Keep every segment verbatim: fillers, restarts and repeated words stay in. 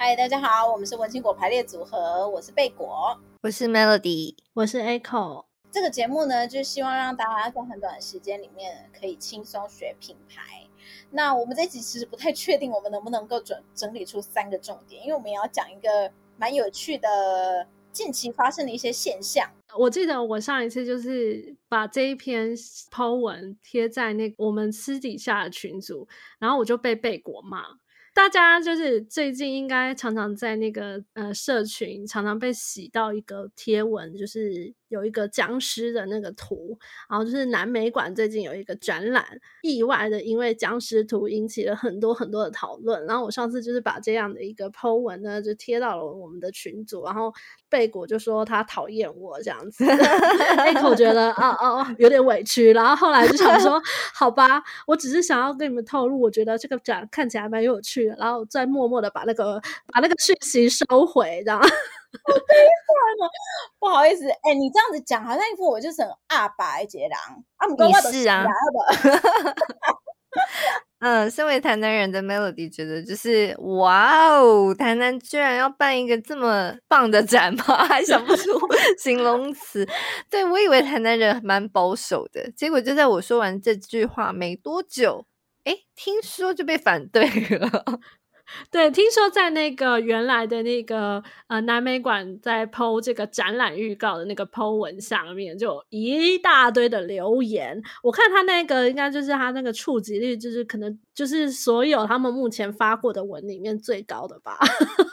嗨，大家好，我们是文青果排列组合，我是贝果， 我是 Melody， 我是 Echo。 这个节目呢，就是希望让大家在很短的时间里面可以轻松学品牌。那我们这一集其实不太确定我们能不能够整整理出三个重点，因为我们也要讲一个蛮有趣的近期发生的一些现象。 我记得我上一次就是把这一篇 po 文贴在那个我们私底下的群组，然后我就被贝果骂。大家就是最近应该常常在那个呃社群常常被洗到一个贴文，就是有一个僵尸的那个图，然后就是南美馆最近有一个展览，意外的因为僵尸图引起了很多很多的讨论，然后我上次就是把这样的一个 po 文呢就贴到了我们的群组，然后贝果就说他讨厌我这样子Echo 觉得哦哦有点委屈，然后后来就想说好吧，我只是想要跟你们透露我觉得这个展看起来蛮有趣的，然后再默默的把那个把那个讯息收回这样好悲惨哦，不好意思，哎、欸，你这样子讲，好像一副我就是很阿爸的杰郎啊， 你是啊，嗯，身为台南人的 Melody 觉得就是哇哦，台南居然要办一个这么棒的展吗？还想不出形容词。对，我以为台南人蛮保守的，结果就在我说完这句话没多久，诶，听说就被反对了。 对，听说在那个原来的那个呃南美馆在 po 这个展览预告的那个 po 文下面就有一大堆的留言，我看他那个应该就是他那个触及率就是可能就是所有他们目前发过的文里面最高的吧。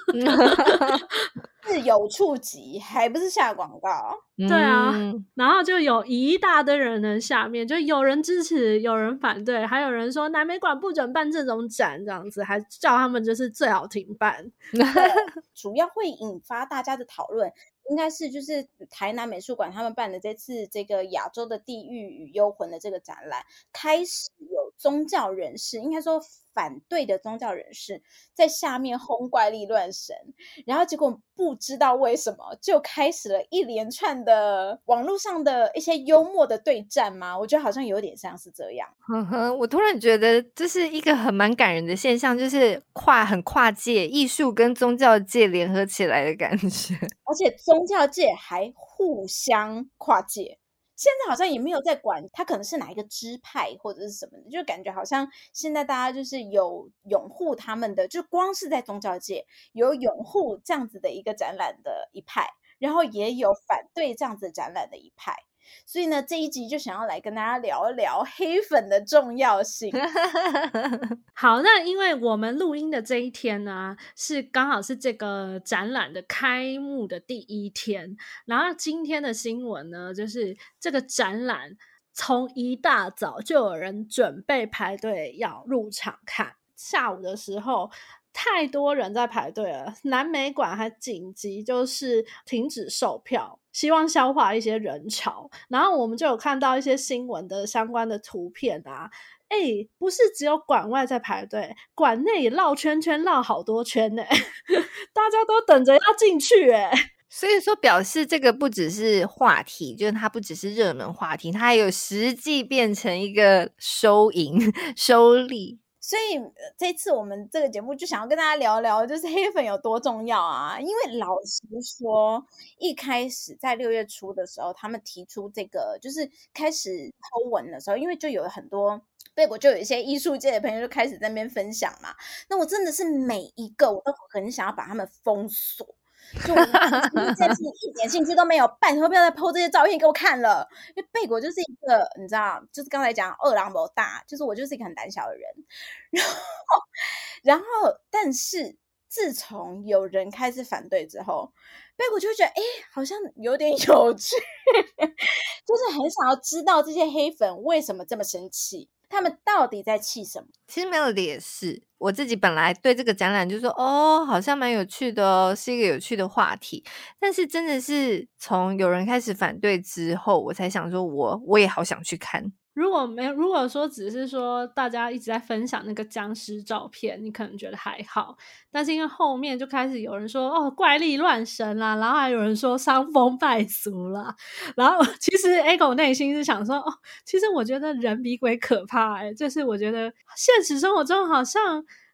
是有触及，还不是下广告。 对啊，然后就有一大堆人的下面就有人支持有人反对，还有人说南美馆不准办这种展这样子，还叫他们就是最好停办。 主要会引发大家的讨论应该是就是台南美术馆他们办的这次这个亚洲的地狱与幽魂的这个展览，开始有宗教人士，应该说反对的宗教人士在下面轰怪力乱神，然后结果不知道为什么就开始了一连串的网络上的一些幽默的对战嘛，我觉得好像有点像是这样。 呵呵，我突然觉得这是一个很蛮感人的现象，就是跨很跨界，艺术跟宗教界联合起来的感觉， 而且宗教界还互相跨界，现在好像也没有在管他可能是哪一个支派或者是什么的，就感觉好像现在大家就是有拥护他们的，就光是在宗教界有拥护这样子的一个展览的一派，然后也有反对这样子展览的一派。所以呢，这一集就想要来跟大家聊一聊黑粉的重要性。 好，那因为我们录音的这一天呢，是刚好是这个展览的开幕的第一天，然后今天的新闻呢，就是这个展览从一大早就有人准备排队要入场看，下午的时候太多人在排队了，南美馆还紧急就是停止售票，希望消化一些人潮。然后我们就有看到一些新闻的相关的图片啊，诶，不是只有馆外在排队，馆内也绕圈圈绕好多圈呢，大家都等着要进去诶。 所以说表示这个不只是话题，就是它不只是热门话题，它还有实际变成一个收银收利。 所以这次我们这个节目就想要跟大家聊聊就是黑粉有多重要啊，因为老实说一开始在六月初的时候他们提出这个就是开始po文的时候，因为就有很多贝果就有一些艺术界的朋友就开始在那边分享嘛，那我真的是每一个我都很想要把他们封锁，就我这次一点兴趣都没有，拜托不要再 po 这些照片给我看了，因为贝果就是一个你知道就是刚才讲二郎不大，就是我就是一个很胆小的人，然后然后但是自从有人开始反对之后，贝果就会觉得哎，好像有点有趣就是很想要知道这些黑粉为什么这么生气，他们到底在气什么。 其实 Melody 也是，我自己本来对这个展览就说哦好像蛮有趣的哦，是一个有趣的话题，但是真的是从有人开始反对之后，我才想说我我也好想去看。 如果没有，如果说只是说大家一直在分享那个僵尸照片，你可能觉得还好，但是因为后面就开始有人说哦怪力乱神啦，然后还有人说伤风败俗啦，然后其实 Echo 内心是想说哦，其实我觉得人比鬼可怕欸，就是我觉得现实生活中好像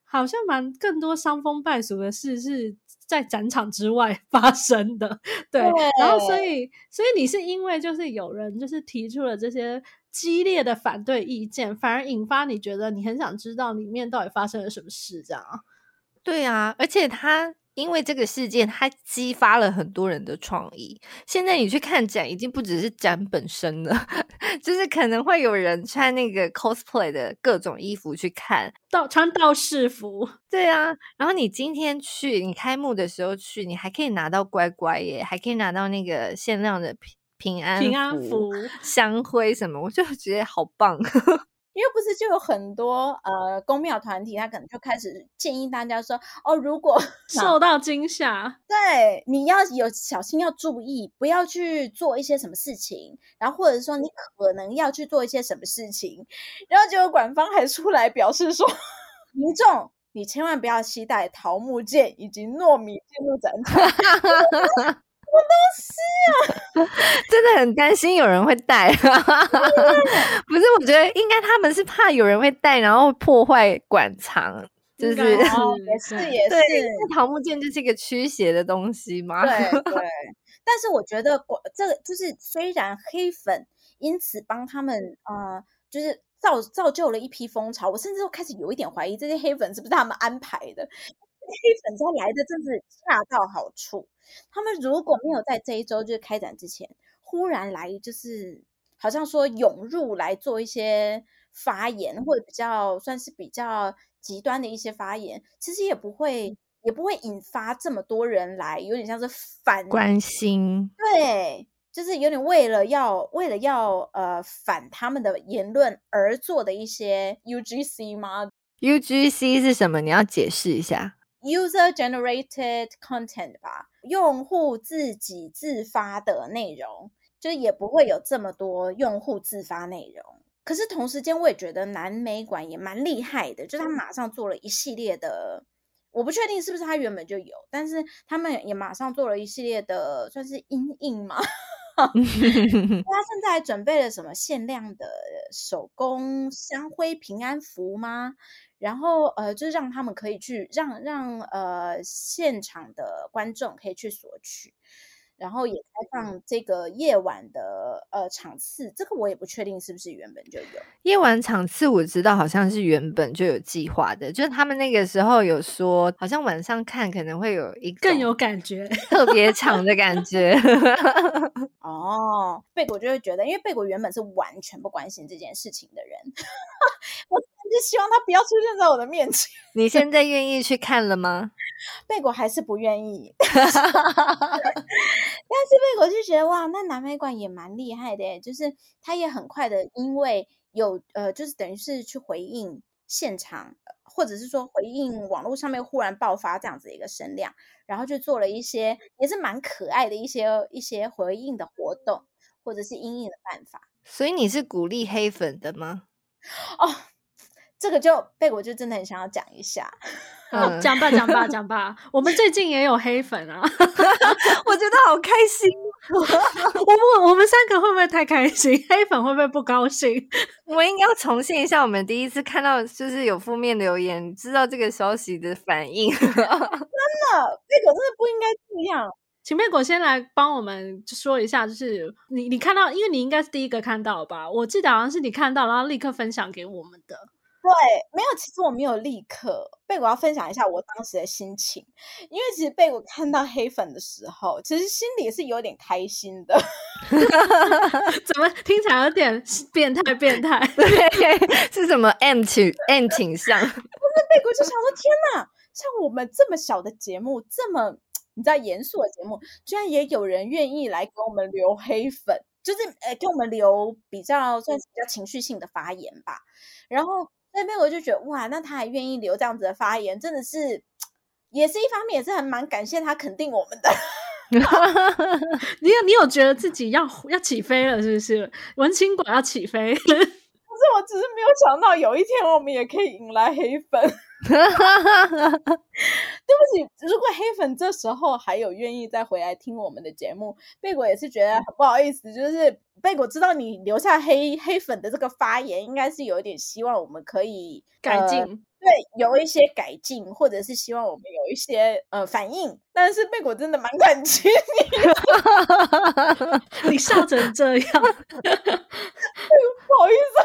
好像蛮更多伤风败俗的事是在展场之外发生的，对。 对然后所以所以你是因为就是有人就是提出了这些激烈的反对意见，反而引发你觉得你很想知道里面到底发生了什么事，这样啊？ 对啊，而且他因为这个事件，他激发了很多人的创意。现在你去看展，已经不只是展本身了，就是可能会有人穿那个 cosplay 的各种衣服去看， 道穿道士服。 对啊，然后你今天去，你开幕的时候去，你还可以拿到乖乖耶，还可以拿到那个限量的平平安平安符香灰什么，我就觉得好棒。 因为不是就有很多呃公庙团体，他可能就开始建议大家说，哦，如果受到惊吓， 对，你要有小心，要注意，不要去做一些什么事情，然后或者说你可能要去做一些什么事情，然后结果馆方还出来表示说，民众你千万不要携带桃木剑以及糯米进入展场。什么东西啊！ 真的很担心有人会带，不是？我觉得应该他们是怕有人会带，然后破坏馆藏，就是哦，也是也是， 桃木剑就是一个驱邪的东西嘛。 对对，但是我觉得这个就是虽然黑粉因此帮他们呃，就是造造就了一批风潮，我甚至都开始有一点怀疑这些黑粉是不是他们安排的。黑粉家来的真是恰到好处，他们如果没有在这一周就是开展之前忽然来，就是好像说涌入来做一些发言，或者比较算是比较极端的一些发言，其实也不会也不会引发这么多人来，有点像是反关心， 对，就是有点为了要为了要呃反他们的言论而做的一些 U G C 吗？ U G C 是什么？你要解释一下。 User generated content 吧，用户自己自发的内容，就是也不会有这么多用户自发内容。可是同时间我也觉得南美馆也蛮厉害的，就是他马上做了一系列的，我不确定是不是他原本就有，但是他们也马上做了一系列的算是因应嘛。他现在准备了什么限量的手工香灰平安符吗？然后呃，就让他们可以去让让呃现场的观众可以去索取，然后也开放这个夜晚的呃场次，这个我也不确定是不是原本就有。 夜晚场次我知道好像是原本就有计划的，就是他们那个时候有说，好像晚上看可能会有一个更有感觉， 特别场的感觉。 哦，贝果就会觉得，因为贝果原本是完全不关心这件事情的人，我就希望他不要出现在我的面前。 你现在愿意去看了吗？ 贝果还是不愿意，但是贝果就觉得哇，那南美馆也蛮厉害的耶，就是他也很快的，因为有呃，就是等于是去回应现场，或者是说回应网络上面忽然爆发这样子的一个声量，然后就做了一些也是蛮可爱的一些一些回应的活动，或者是因应的办法。 所以你是鼓励黑粉的吗？ 哦，这个就贝果就真的很想要讲一下。 嗯，讲吧讲吧讲吧，我们最近也有黑粉啊。 我觉得好开心。 我们我们三个会不会太开心？黑粉会不会不高兴？ 我应该要重现一下我们第一次看到就是有负面留言知道这个消息的反应。真的，贝果真的不应该这样。 请贝果先来帮我们说一下，就是你你看到，因为你应该是第一个看到吧？我记得好像是你看到，然后立刻分享给我们的。 对，没有，其实我没有立刻。贝果要分享一下我当时的心情，因为其实贝果看到黑粉的时候，其实心里是有点开心的。 怎么听起来有点变态？变态？ 对，是什么 M 倾 M 倾向？ 那贝果就想说：天哪，像我们这么小的节目，这么你知道严肃的节目，居然也有人愿意来给我们留黑粉，就是呃给我们留比较算是比较情绪性的发言吧。然后那边我就觉得哇，那他还愿意留这样子的发言，真的是也是一方面，也是很蛮感谢他肯定我们的。 你有你有觉得自己要要起飞了是不是？文青馆要起飞？ 我是我只是没有想到有一天我们也可以迎来黑粉。对不起，如果黑粉这时候还有愿意再回来听我们的节目，贝果也是觉得很不好意思，就是贝果知道你留下黑黑粉的这个发言，应该是有一点希望我们可以改进、呃、 对，有一些改进，或者是希望我们有一些呃反应，但是贝果真的蛮感激你你笑成这样不好意思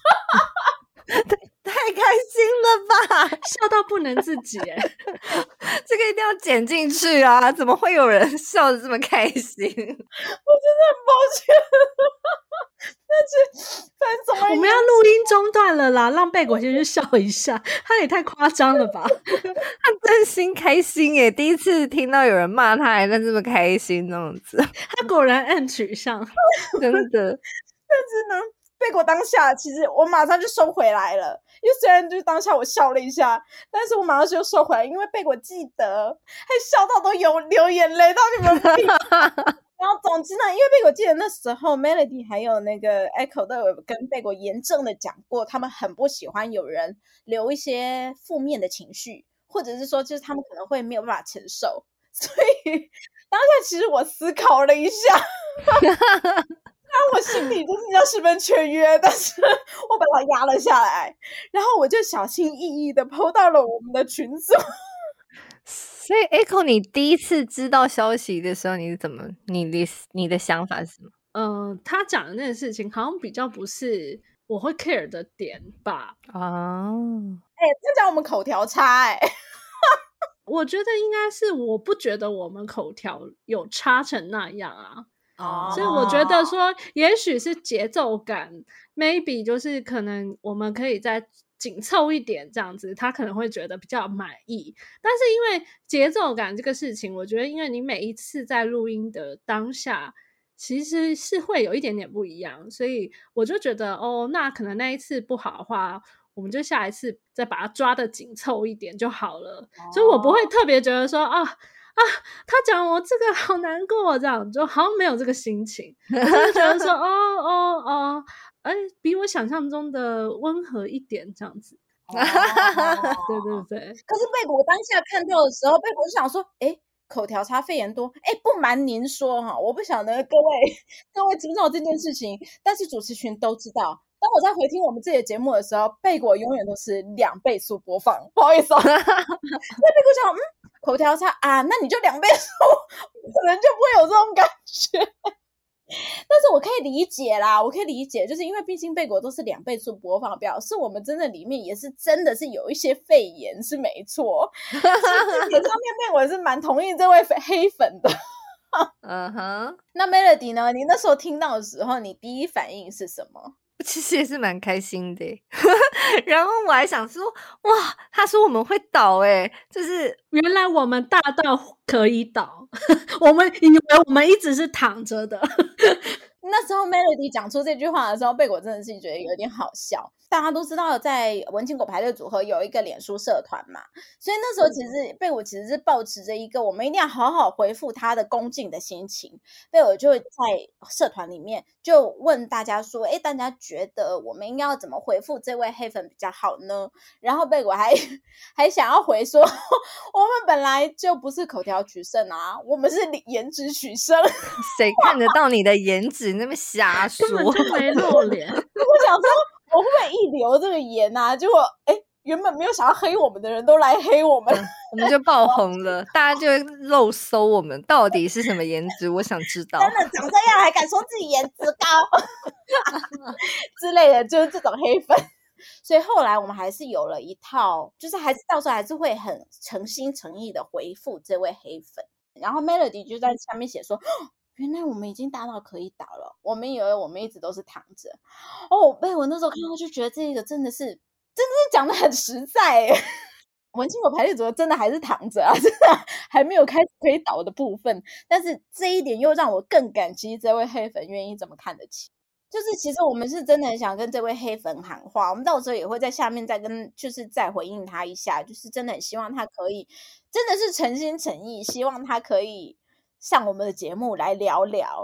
太开心了吧， 笑到不能自己耶这个一定要剪进去啊，怎么会有人笑得这么开心？我真的很抱歉但是反正我们要录音中断了啦，让贝果先去笑一下，他也太夸张了吧他真心开心耶，第一次听到有人骂他还在这么开心这样子， 他果然按取向真的。 但是呢贝果当下其实我马上就收回来了，因为虽然就是当下我笑了一下，但是我马上就收回来，因为贝果记得还笑到都有流眼泪到你们然后总之呢，因为贝果记得那时候 Melody 还有那个 Echo 都有跟贝果严正的讲过，他们很不喜欢有人留一些负面的情绪，或者是说就是他们可能会没有办法承受，所以当下其实我思考了一下然后我心里就是要十分雀跃，但是我把它压了下来，然后我就小心翼翼的 po 到了我们的群组。 所以 Echo 你第一次知道消息的时候你是怎么你的你的想法是什么？ 呃，他讲的那件事情好像比较不是我会 care 的点吧。 哦， 哎、欸，这讲我们口条差哎、欸。 我觉得应该是我不觉得我们口条有差成那样啊。 哦， 所以我觉得说也许是节奏感 maybe 就是可能我们可以再紧凑一点这样子，他可能会觉得比较满意。但是因为节奏感这个事情，我觉得因为你每一次在录音的当下其实是会有一点点不一样，所以我就觉得哦，那可能那一次不好的话，我们就下一次再把它抓得紧凑一点就好了。哦，所以我不会特别觉得说啊啊，他讲我这个好难过，这样就好像没有这个心情，我就是觉得说哦哦哦，哎，比我想象中的温和一点这样子。 哦， 对对对。 可是贝果当下看到的时候，贝果就想说，哎，口条差肺炎多，哎，不瞒您说哈，我不晓得各位各位知不知道这件事情，但是主持群都知道。当我在回听我们自己的节目的时候，贝果永远都是两倍速播放，不好意思哦。那贝果讲，嗯，口条差啊，那你就两倍速，可能就不会有这种感觉。但是我可以理解啦，我可以理解，就是因为毕竟贝果都是两倍速播放，表示我们真的里面也是真的是有一些肺炎是没错。所以这点上面贝果是蛮同意这位黑粉的。 嗯哼， 那 Melody 呢？你那时候听到的时候，你第一反应是什么？ 其实也是蛮开心的然后我还想说哇他说我们会倒耶，就是原来我们大到可以倒我们以为我们一直是躺着的那时候 Melody 讲出这句话的时候，贝果真的是觉得有点好笑。大家都知道在文青果排列组合有一个脸书社团嘛，所以那时候其实贝果其实是抱持着一个我们一定要好好回复他的恭敬的心情。贝果就在社团里面就问大家说，诶，大家觉得我们应该要怎么回复这位黑粉比较好呢？然后贝果还还想要回说，我们本来就不是口条取胜啊，我们是颜值取胜。 谁看得到你的颜值那么瞎说， 根本就没露脸。 我想说我会不会一留这个言啊，结果诶原本没有想要黑我们的人都来黑我们、嗯、 我们就爆红了大家就会肉搜我们到底是什么颜值，我想知道真的长这样还敢说自己颜值高之类的，就是这种黑粉。所以后来我们还是有了一套，就是还是到时候还是会很诚心诚意的回复这位黑粉。然后 Melody 就在下面写说，原来我们已经大到可以倒了，我们以为我们一直都是躺着。哦，被我那时候看到就觉得这个真的是真的是讲得很实在耶。文青果排列组合真的还是躺着啊，真的还没有开始可以倒的部分。但是这一点又让我更感激这位黑粉愿意这么看得起。就是其实我们是真的很想跟这位黑粉喊话，我们到时候也会在下面再跟就是再回应他一下，就是真的很希望他可以真的是诚心诚意希望他可以上我们的节目来聊聊。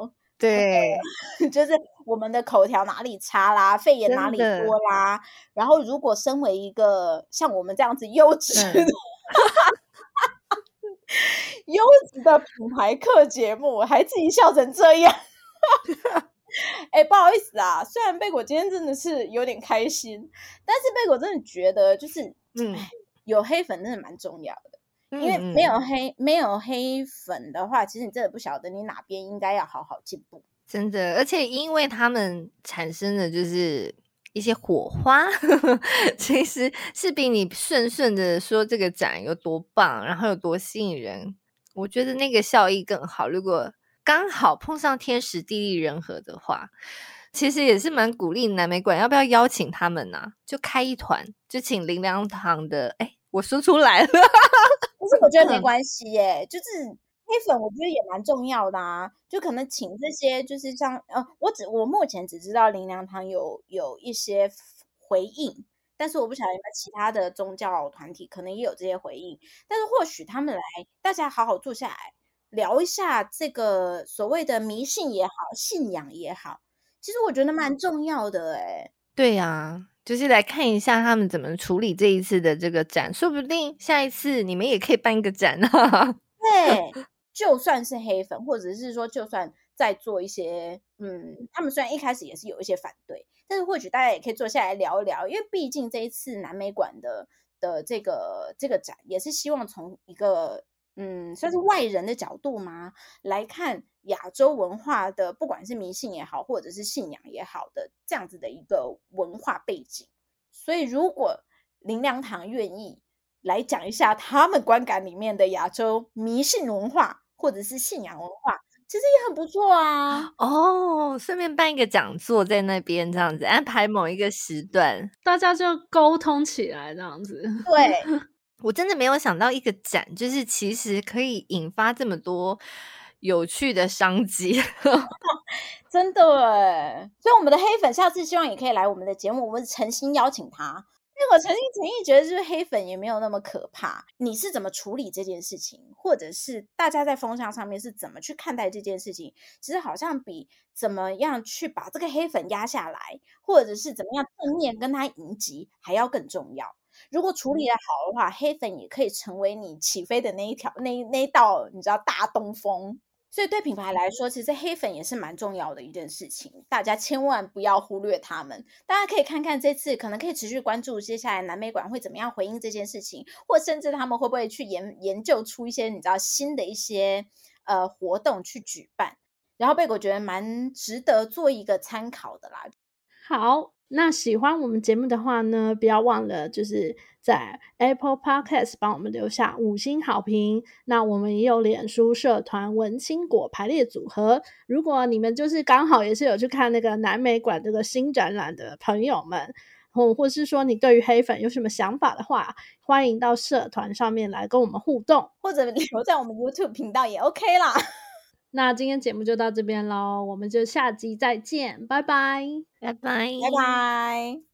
对， 就是我们的口条哪里差啦，肺炎哪里多啦。然后如果身为一个像我们这样子优质的、嗯、优质的品牌客节目，还自己笑成这样。哎、欸，不好意思啊，虽然贝果今天真的是有点开心，但是贝果真的觉得就是，嗯，有黑粉真的蛮重要的。因为没有黑没有黑粉的话，其实你真的不晓得你哪边应该要好好进步。 真的，而且因为他们产生的就是一些火花，其实是比你顺顺的说这个展有多棒，然后有多吸引人，我觉得那个效益更好。如果刚好碰上天时地利人和的话，其实也是蛮鼓励南美馆要不要邀请他们啊，就开一团，就请林良堂的，哎，我说出来了。 可是我觉得没关系耶，就是黑粉我觉得也蛮重要的啊，就可能请这些就是像呃，我只我目前只知道林良堂有有一些回应，但是我不晓得有没有其他的宗教团体可能也有这些回应，但是或许他们来大家好好坐下来聊一下这个所谓的迷信也好，信仰也好，其实我觉得蛮重要的哎。 对呀、啊。就是来看一下他们怎么处理这一次的这个展，说不定下一次你们也可以办一个展啊。 对，就算是黑粉，或者是说就算在做一些，嗯，他们虽然一开始也是有一些反对，但是或许大家也可以坐下来聊一聊，因为毕竟这一次南美馆的的这个这个展，也是希望从一个嗯，算是外人的角度嘛来看亚洲文化的，不管是迷信也好，或者是信仰也好的这样子的一个文化背景。所以如果林良堂愿意来讲一下他们观感里面的亚洲迷信文化或者是信仰文化，其实也很不错啊。 哦，顺便办一个讲座在那边，这样子安排某一个时段， 大家就沟通起来这样子。 对。 我真的没有想到一个展就是其实可以引发这么多有趣的商机。 真的耶，所以我们的黑粉下次希望也可以来我们的节目，我们诚心邀请他，因为我诚心诚意觉得就是黑粉也没有那么可怕，你是怎么处理这件事情，或者是大家在风向上面是怎么去看待这件事情，其实好像比怎么样去把这个黑粉压下来，或者是怎么样正面跟他迎击还要更重要。如果处理得好的话，黑粉也可以成为你起飞的那一条那那一道你知道大东风。所以对品牌来说，其实黑粉也是蛮重要的一件事情，大家千万不要忽略他们。大家可以看看这次可能可以持续关注接下来南美馆会怎么样回应这件事情，或甚至他们会不会去研研究出一些你知道新的一些呃活动去举办，然后贝果觉得蛮值得做一个参考的啦。 好，那喜欢我们节目的话呢，不要忘了就是在 Apple Podcast 帮我们留下五星好评。那我们也有脸书社团文青果排列组合，如果你们就是刚好也是有去看那个南美馆这个新展览的朋友们，或或是说你对于黑粉有什么想法的话，欢迎到社团上面来跟我们互动， 或者留在我们 YouTube 频道也 OK 啦。 那今天节目就到这边咯，我们就下集再见，拜拜， 拜拜， 拜拜。